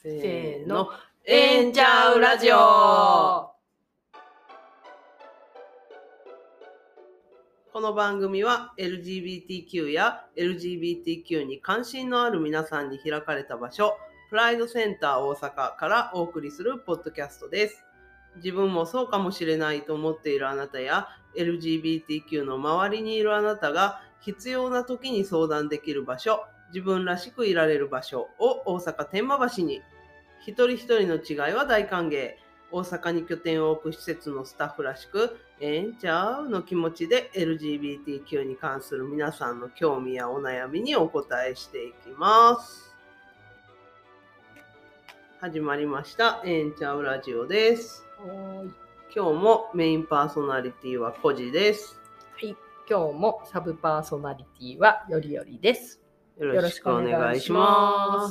せーの、えんちゃうラジオ。 この番組は LGBTQ や LGBTQ に関心のある皆さんに開かれた場所、プライドセンター大阪からお送りするポッドキャストです。自分もそうかもしれないと思っているあなたや LGBTQ の周りにいるあなたが必要な時に相談できる場所、自分らしくいられる場所を大阪天満橋に。一人一人の違いは大歓迎。大阪に拠点を置く施設のスタッフらしく、えんちゃうの気持ちで LGBTQ に関する皆さんの興味やお悩みにお答えしていきます。始まりました、えんちゃうラジオです。今日もメインパーソナリティはコジです。 はい、今日もサブパーソナリティはよりよりです。 よろしくお願いします。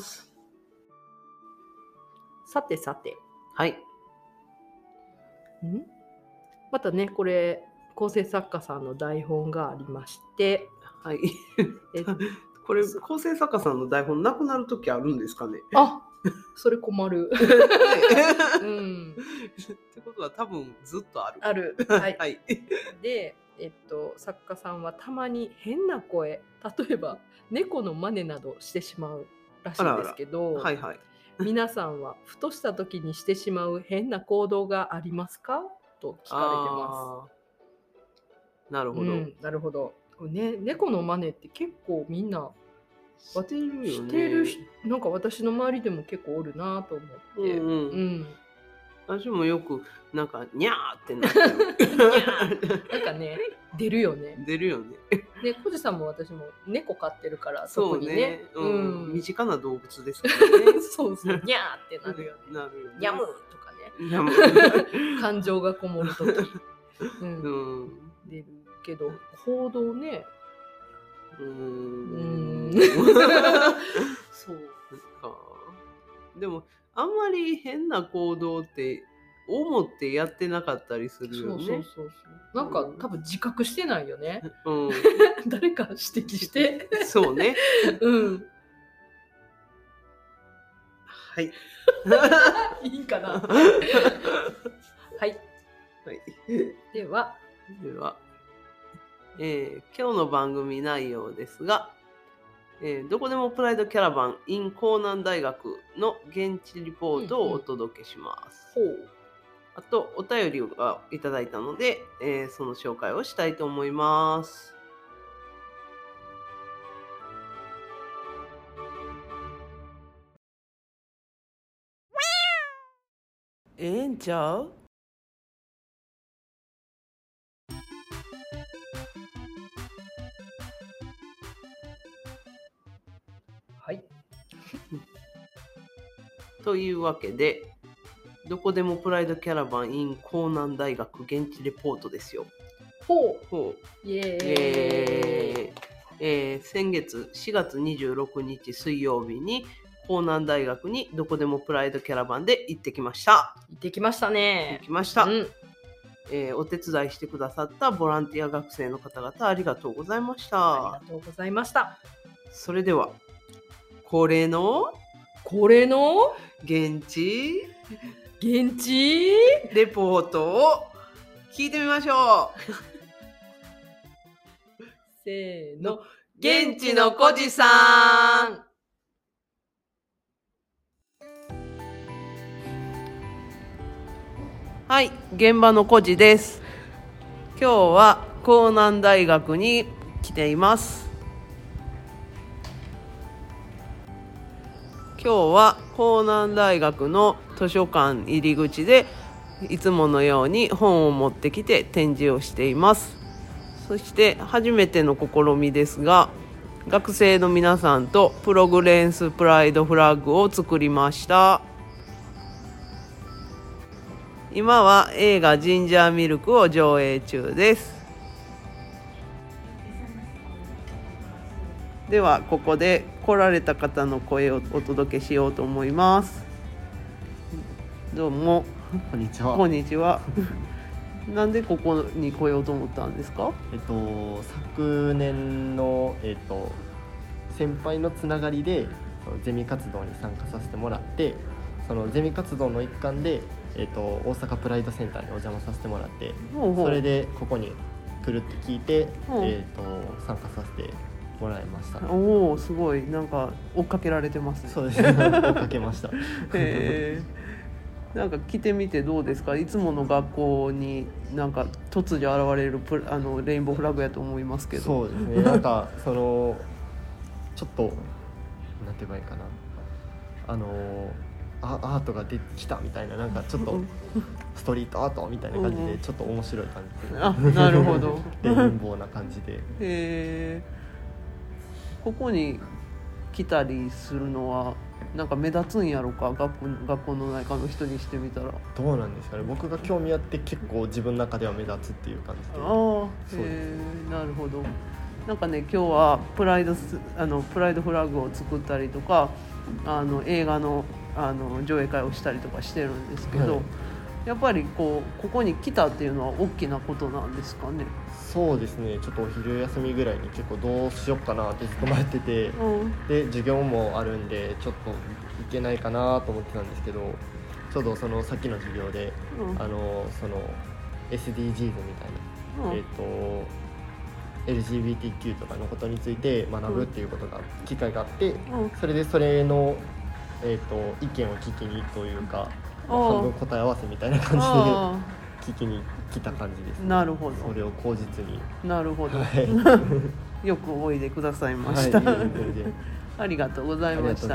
さてさて、 はい。 またね、これ構成作家さんの台本がありまして、 はい。これ構成作家さんの台本なくなるときあるんですかね。 あ、それ困る。 ってことは多分ずっとある。 ある。はい。 はい、 で、作家さんはたまに変な声、例えば猫の真似などしてしまうらしいんですけど、 はいはい、 皆さんはふとした時にしてしまう変な行動がありますかと聞かれてます。 なるほど。 なるほど。ね、猫の真似って結構みんなしてるよね。 してるし、なんか私の周りでも結構おるなと思って。 私もよくなんかニャーってなってる。 なんかね、出るよね。 出るよね。 で、コジさんも私も猫飼ってるから特にね。 身近な動物ですからね。 そうそう、ニャーってなるよね。 なるよね。 ニャムとかね。 ニャム。 感情がこもるとき。出るけど、行動ね。そうか。でもあんまり変な行動って思ってやってなかったりするよね。 そう。なんか多分自覚してないよね。誰か指摘して。 そうね。はい。 いいかな。はい。では、 今日の番組内容ですが、どこでもプライドキャラバン in 江南大学の現地リポートをお届けします。あとお便りをいただいたので、その紹介をしたいと思います。えんちゃう？ はい。 というわけで、どこでもプライドキャラバン in 江南大学現地レポートですよ。 イエーイ。 先月4月26日水曜日に江南大学にどこでもプライドキャラバンで行ってきました。 行ってきましたね。 行きました。お手伝いしてくださったボランティア学生の方々ありがとうございました。 ありがとうございました。 それでは恒例の現地レポートを聞いてみましょう。 せーの、 現地のコジさん。はい、現場のコジです。今日は江南大学に来ています。今日は江南大学の図書館入り口でいつものように本を持ってきて展示をしています。そして初めての試みですが、学生の皆さんとプログレンスプライドフラッグを作りました。今は映画ジンジャーミルクを上映中です。ではここで来られた方の声をお届けしようと思います。どうも。 こんにちは。 こんにちは。なんでここに来ようと思ったんですか？ 昨年の、先輩のつながりでゼミ活動に参加させてもらって、 そのゼミ活動の一環で、大阪プライドセンターにお邪魔させてもらって、 ほうほうそれでここに来るって聞いて、 うん参加させてもらいました。 おお、すごいなんか追っかけられてますね。 そうですね。追っかけました。 なんか来てみてどうですか？いつもの学校になんか突如現れるレインボーフラグやと思いますけど。 そうですね。なんかそのちょっとなんて言えばいいかな。アートが出てきたみたいな、なんかちょっとストリートアートみたいな感じでちょっと面白い感じで、 あ、なるほど。 レインボーな感じで。 ここに来たりするのはなんか目立つんやろか、学校の中の人にしてみたら。 どうなんですかね。僕が興味あって結構自分の中では目立つっていう感じで。 そうです。なるほど。なんかね、今日はプライドフラグを作ったりとか、映画の上映会をしたりとかしてるんですけど、やっぱりここに来たっていうのは大きなことなんですかね。 そうですね。ちょっとお昼休みぐらいに結構どうしようかなってずっと迷ってて、で授業もあるんでちょっと行けないかなと思ってたんですけど、ちょうどそのさっきの授業で、その SDGs みたいな、LGBTQ とかのことについて学ぶっていうことが、機会があって、それでそれの、意見を聞きにというか、半分答え合わせみたいな感じで聞きに来た感じです、ね。 なるほど。 それを口実に。 なるほど。 はい、 よくおいでくださいました。 はい、 ありがとうございました。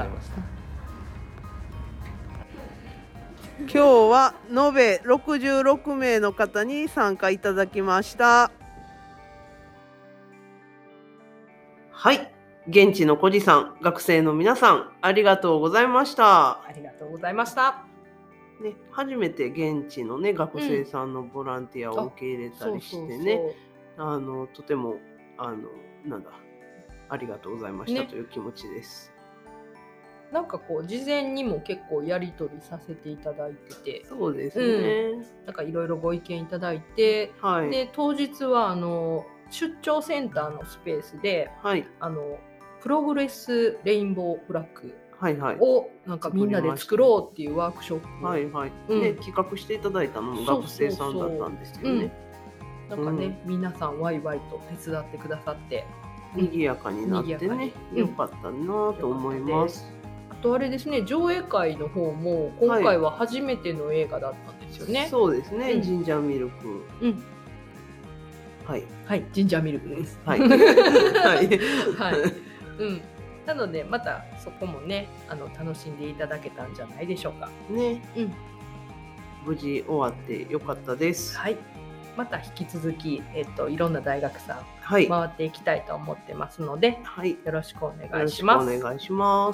今日は延べ66名の方に参加いただきました。はい、現地の孤児さん、学生の皆さん、ありがとうございました。 ありがとうございました。 ね、初めて現地のね、学生さんのボランティアを受け入れたりしてね、とてもありがとうございました、という気持ちです。 なんかこう事前にも結構やり取りさせていただいてて、 そうですね。 なんかいろいろご意見いただいて、で当日は出張センターのスペースで、プログレスレインボーフラッグをなんかみんなで作ろうっていうワークショップ、 企画していただいたのも学生さんだったんですよね。 なんかね、皆さんワイワイと手伝ってくださって賑やかになってね、よかったなと思います。 あとあれですね、上映会の方も今回は初めての映画だったんですよね。 そうですね、ジンジャーミルク。はい、 ジンジャーミルクです。 はい。 なのでまたそこもね、楽しんでいただけたんじゃないでしょうか。 ね。無事終わってよかったです。 はい。また引き続きいろんな大学さん回っていきたいと思ってますので、よろしくお願いします。 よろしくお願いします。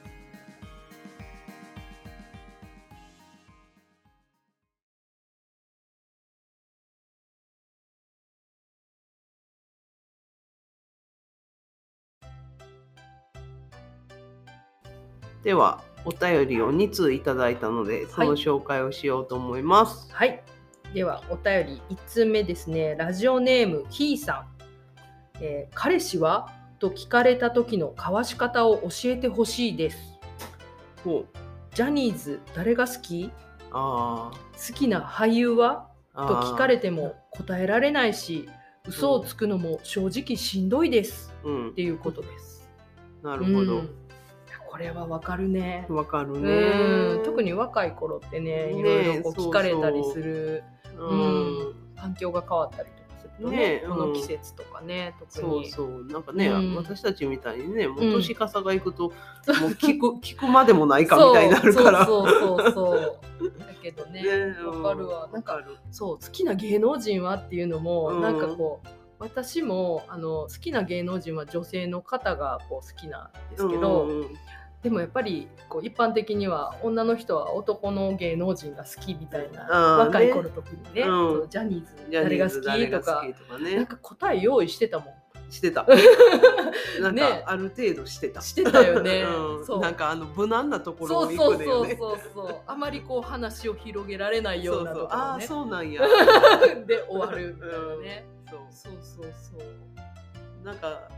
ではお便りを2通いただいたので、その紹介をしようと思います。 はい。ではお便り1通目ですね。ラジオネームひーさん、彼氏はと聞かれた時の交わし方を教えてほしいです。ジャニーズ誰が好き？好きな俳優は？と聞かれても答えられないし、嘘をつくのも正直しんどいです、っていうことです。 なるほど。 これはわかるね。 わかるね。 特に若い頃ってね、いろいろ聞かれたりする、環境が変わったりとかするとね、この季節とかね、特に。 なんかね、私たちみたいにね、もう年かさがいくと、もう聞くまでもないかみたいになるから。 そうだけどね、わかるわ。なんか好きな芸能人はっていうのも、なんかこう。私も好きな芸能人は女性の方が好きなんですけど、でもやっぱり一般的には女の人は男の芸能人が好きみたいな、若い頃特にね、ジャニーズ誰が好きとか、なんか答え用意してたもん。 してた。なんかある程度してたよね。 なんか無難なところを行くだよね。 あまり話を広げられないようなところね。 そうなんや。 で終わるみたいなね。そう。 なんか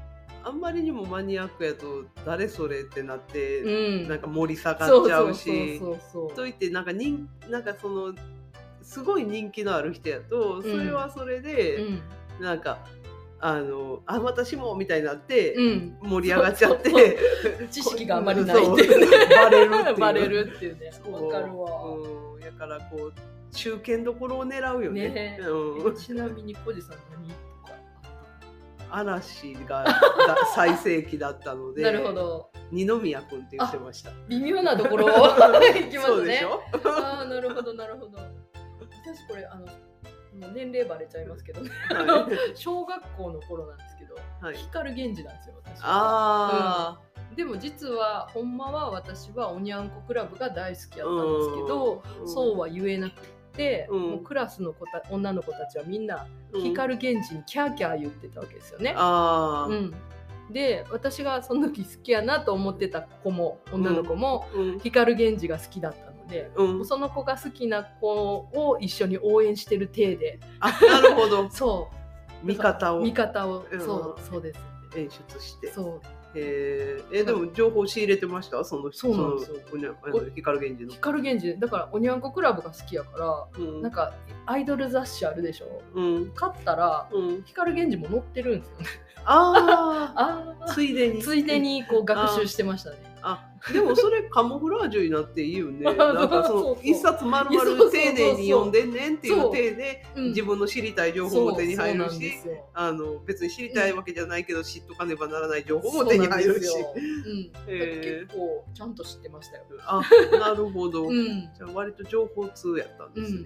あんまりにもマニアックやと誰それってなって、 うん、 なんか盛り下がっちゃうし、 そうといってなんかそのすごい人気のある人やとそれはそれで、なんか私もみたいになって盛り上がっちゃって、 知識があまりないっていうね、バレるっていうね、わかるわ。 だからこう中堅どころを狙うよね。 ちなみに小路さん何とか嵐が最盛期だったのでなるほど、 二宮君って言ってました。 微妙なところを行きますね。 そうでしょ。 あ、なるほどなるほど。私これもう年齢バレちゃいますけどね、小学校の頃なんですけど、光源氏なんですよ私は。でも実はほんまは私はおにゃんこクラブが大好きやったんですけど、そうは言えなくて、もうクラスの女の子たちはみんな光源氏にキャーキャー言ってたわけですよね。で私がその時好きやなと思ってた子も女の子も光源氏が好きだったので、その子が好きな子を一緒に応援してる体で、 なるほどそう味方をそうです演出して。 そうでも情報仕入れてました？そうなんですよ。光源氏光源氏だからおにゃんこクラブが好きやから、なんかアイドル雑誌あるでしょ、買ったら光源氏も載ってるんですよね。ついでにこう学習してましたね。 でもそれカモフラージュになっていいよね。なんかその一冊丸々丁寧に読んでんねんっていう体で自分の知りたい情報も手に入るし、別に知りたいわけじゃないけど知っとかねばならない情報も手に入るし、 結構ちゃんと知ってましたよ。 なるほど。じゃあ割と情報通やったんです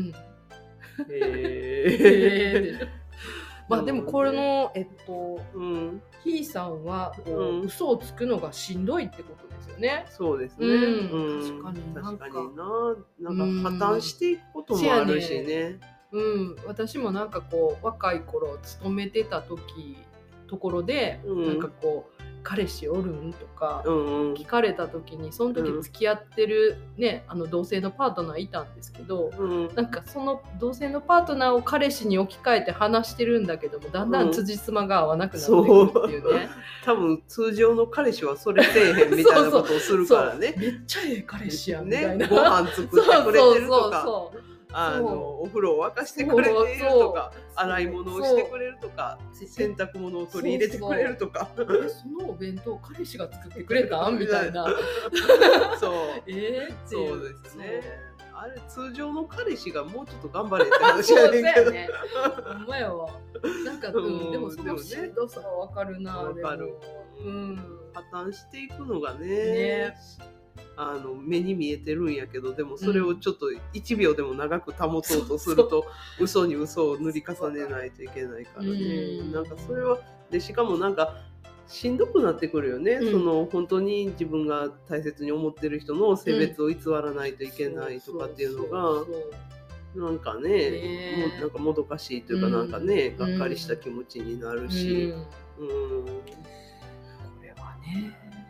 ね。 まあでもこれのひーさんは嘘をつくのがしんどいってことですよね。 そうですね。確かになんか破綻していくこともあるしね。 私もなんかこう若い頃勤めてたところで、なんかこう彼氏おるんとか聞かれた時に、その時付き合ってるね、同性のパートナーいたんですけど、なんかその同性のパートナーを彼氏に置き換えて話してるんだけども、だんだん辻褄が合わなくなってくるっていうね。 多分通常の彼氏はそれせえへんみたいなことをするからね。 めっちゃええ彼氏やんみたいな。 ご飯作ってくれてるとか。お風呂を沸かしてくれているとか、洗い物をしてくれるとか、洗濯物を取り入れてくれるとか、 そのお弁当彼氏が作ってくれたみたいな。 そうですね。あれ通常の彼氏がもうちょっと頑張れって話やねんけど。 ほんまやわ。なんかでもそのしんどさはわかるな。わかる。 破綻していくのがね。目に見えてるんやけど、でもそれをちょっと1秒でも長く保とうとすると、嘘に嘘を塗り重ねないといけないからね。なんかそれはで、しかもなんかしんどくなってくるよね。その本当に自分が大切に思ってる人の性別を偽らないといけないとかっていうのが、なんかね、なんかもどかしいというか、なんかね、がっかりした気持ちになるし、これはね。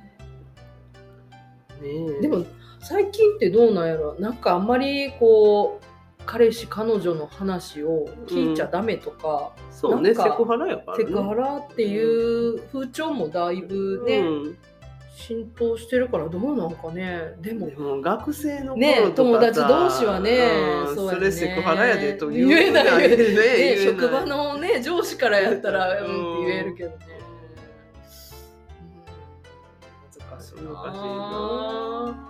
でも最近ってどうなんやろ、なんかあんまりこう彼氏彼女の話を聞いちゃダメとか、 そうね、セクハラやからね。 セクハラっていう風潮もだいぶね、浸透してるからどうなんかね。でも学生の頃とか友達同士はね、 それセクハラやでと言えないね。職場のね上司からやったらって言えるけどね。難しいな。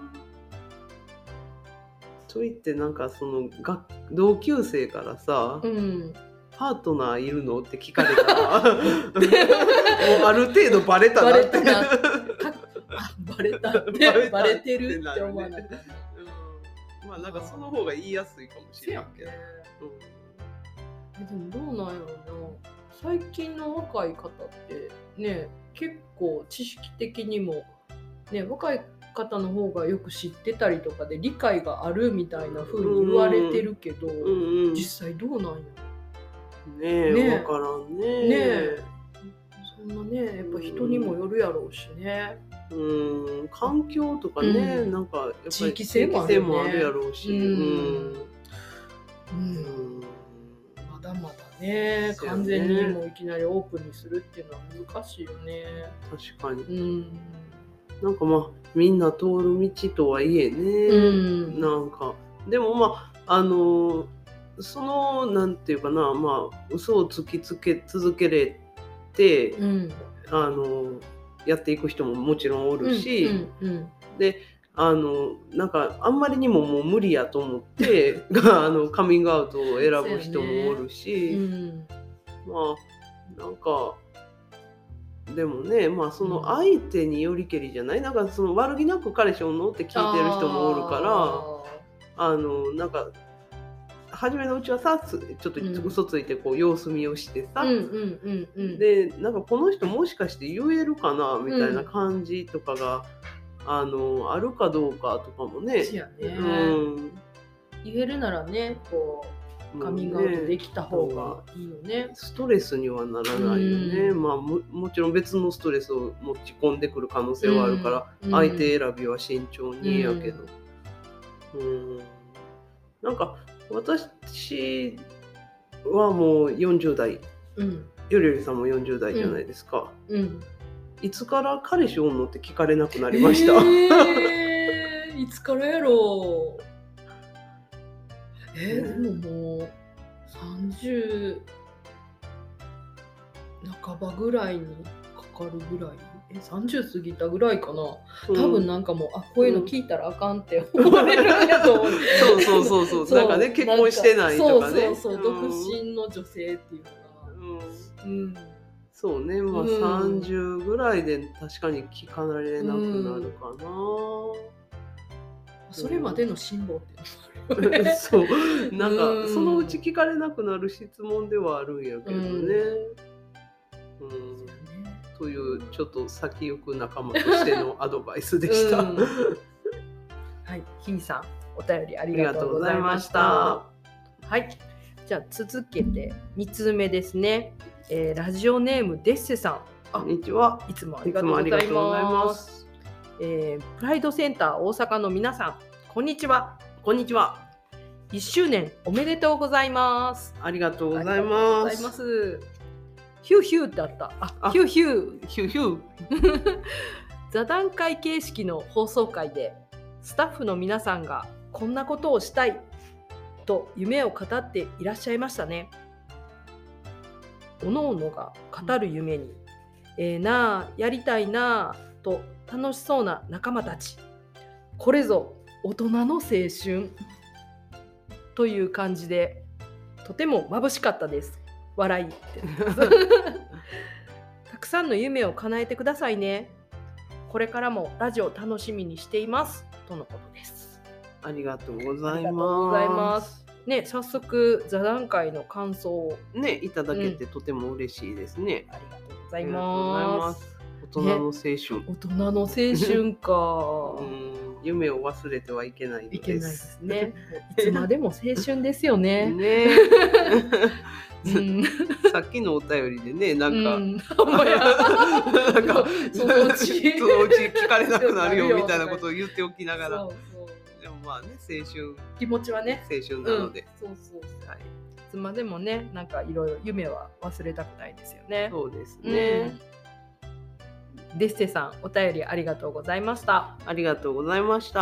といってなんかその同級生からさ、パートナーいるのって聞かれたらもうある程度バレたなってバレてるって思わなかった。 まあなんかその方が言いやすいかもしれないけど。 でもどうなんやろうな。最近の若い方ってね、結構知識的にもね、若い方の方がよく知ってたりとかで理解があるみたいな風に言われてるけど、実際どうなんやね。分からんね。 そんなね、やっぱ人にもよるやろうしね。 環境とかね、なんかやっぱり地域性もあるやろうし、 まだまだね、 そうよね完全にもういきなりオープンにするっていうのは難しいよね。 確かに。 うんなんかまあみんな通る道とはいえね、なんかでもまあそのなんていうかな、まあ嘘をつき続けれて、やっていく人ももちろんおるし、でなんかあんまりにももう無理やと思ってカミングアウトを選ぶ人もおるし、まあなんかでもね、まあその相手によりけりじゃない、なんかその悪気なく彼氏おんのって聞いてる人もおるからなんか初めのうちはさちょっと嘘ついてこう様子見をしてさ、でなんかこの人もしかして言えるかなみたいな感じとかが、あるかどうかとかもね、 言えるならねこうカミングアウトできた方がいいよね。 ストレスにはならないよね。まあ もちろん別のストレスを持ち込んでくる可能性はあるから、相手選びは慎重にやけど、なんか私はもう40代、よりさんも40代じゃないですか。いつから彼氏おんのって聞かれなくなりました。 いつからやろう。でももう30半ばぐらいにかかるぐらい、30過ぎたぐらいかな。多分なんかもうこういうの聞いたらあかんって思われるんやと思う。そうなんかね結婚してないとかね。 独身の女性っていうのが。 そうね、まあ30ぐらいで確かに聞かれなくなるかな。 それまでの辛抱ってそうなんかそのうち聞かれなくなる質問ではあるんやけどね。というちょっと先行く仲間としてのアドバイスでした。はい、 ひみさんお便りありがとうございました。はい、じゃあ続けて2通目ですね。ラジオネームデッセさん、 こんにちは。 いつもありがとうございます。プライドセンター大阪の皆さん、こんにちは。 こんにちは。 1周年おめでとうございます。 ありがとうございます。 ヒューヒューってあった。ヒューヒュー。 ヒューヒュー。 座談会形式の放送会でスタッフの皆さんがこんなことをしたいと夢を語っていらっしゃいましたね。おのおのが語る夢に、やりたいなと楽しそうな仲間たち。これぞ大人の青春という感じでとても眩しかったです。笑いってたくさんの夢を叶えてくださいね。これからもラジオ楽しみにしていますとのことです。 ありがとうございます。 ね、早速座談会の感想をねいただけてとても嬉しいですね。 ありがとうございます。 大人の青春。 大人の青春か。 夢を忘れてはいけないです。 いけないですね。いつまでも青春ですよね。 さっきのお便りでね、なんか、そのうち聞かれなくなるよみたいなことを言っておきながら、でもまあね、青春気持ちはね、 青春なので、いつまでもね、なんかいろいろ夢は忘れたくないですよね。 そうですね。 デッセさん、お便りありがとうございました。 ありがとうございました。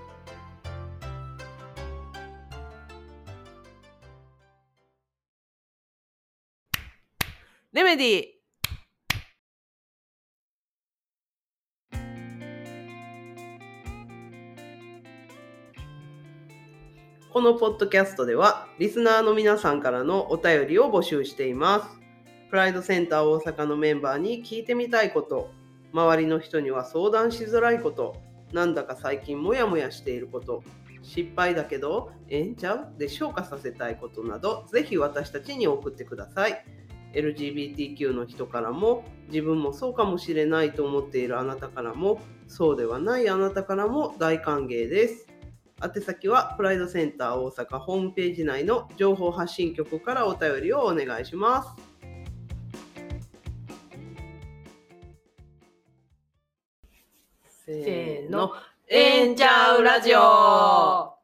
レメディー。このポッドキャストではリスナーの皆さんからのお便りを募集しています。プライドセンター大阪のメンバーに聞いてみたいこと、周りの人には相談しづらいこと、なんだか最近モヤモヤしていること、失敗だけどちゃうで消化させたいことなど、ぜひ私たちに送ってください。LGBTQ の人からも、自分もそうかもしれないと思っているあなたからも、そうではないあなたからも大歓迎です。宛先はプライドセンター大阪ホームページ内の情報発信局からお便りをお願いします。せーの、えんちゃうラジオ。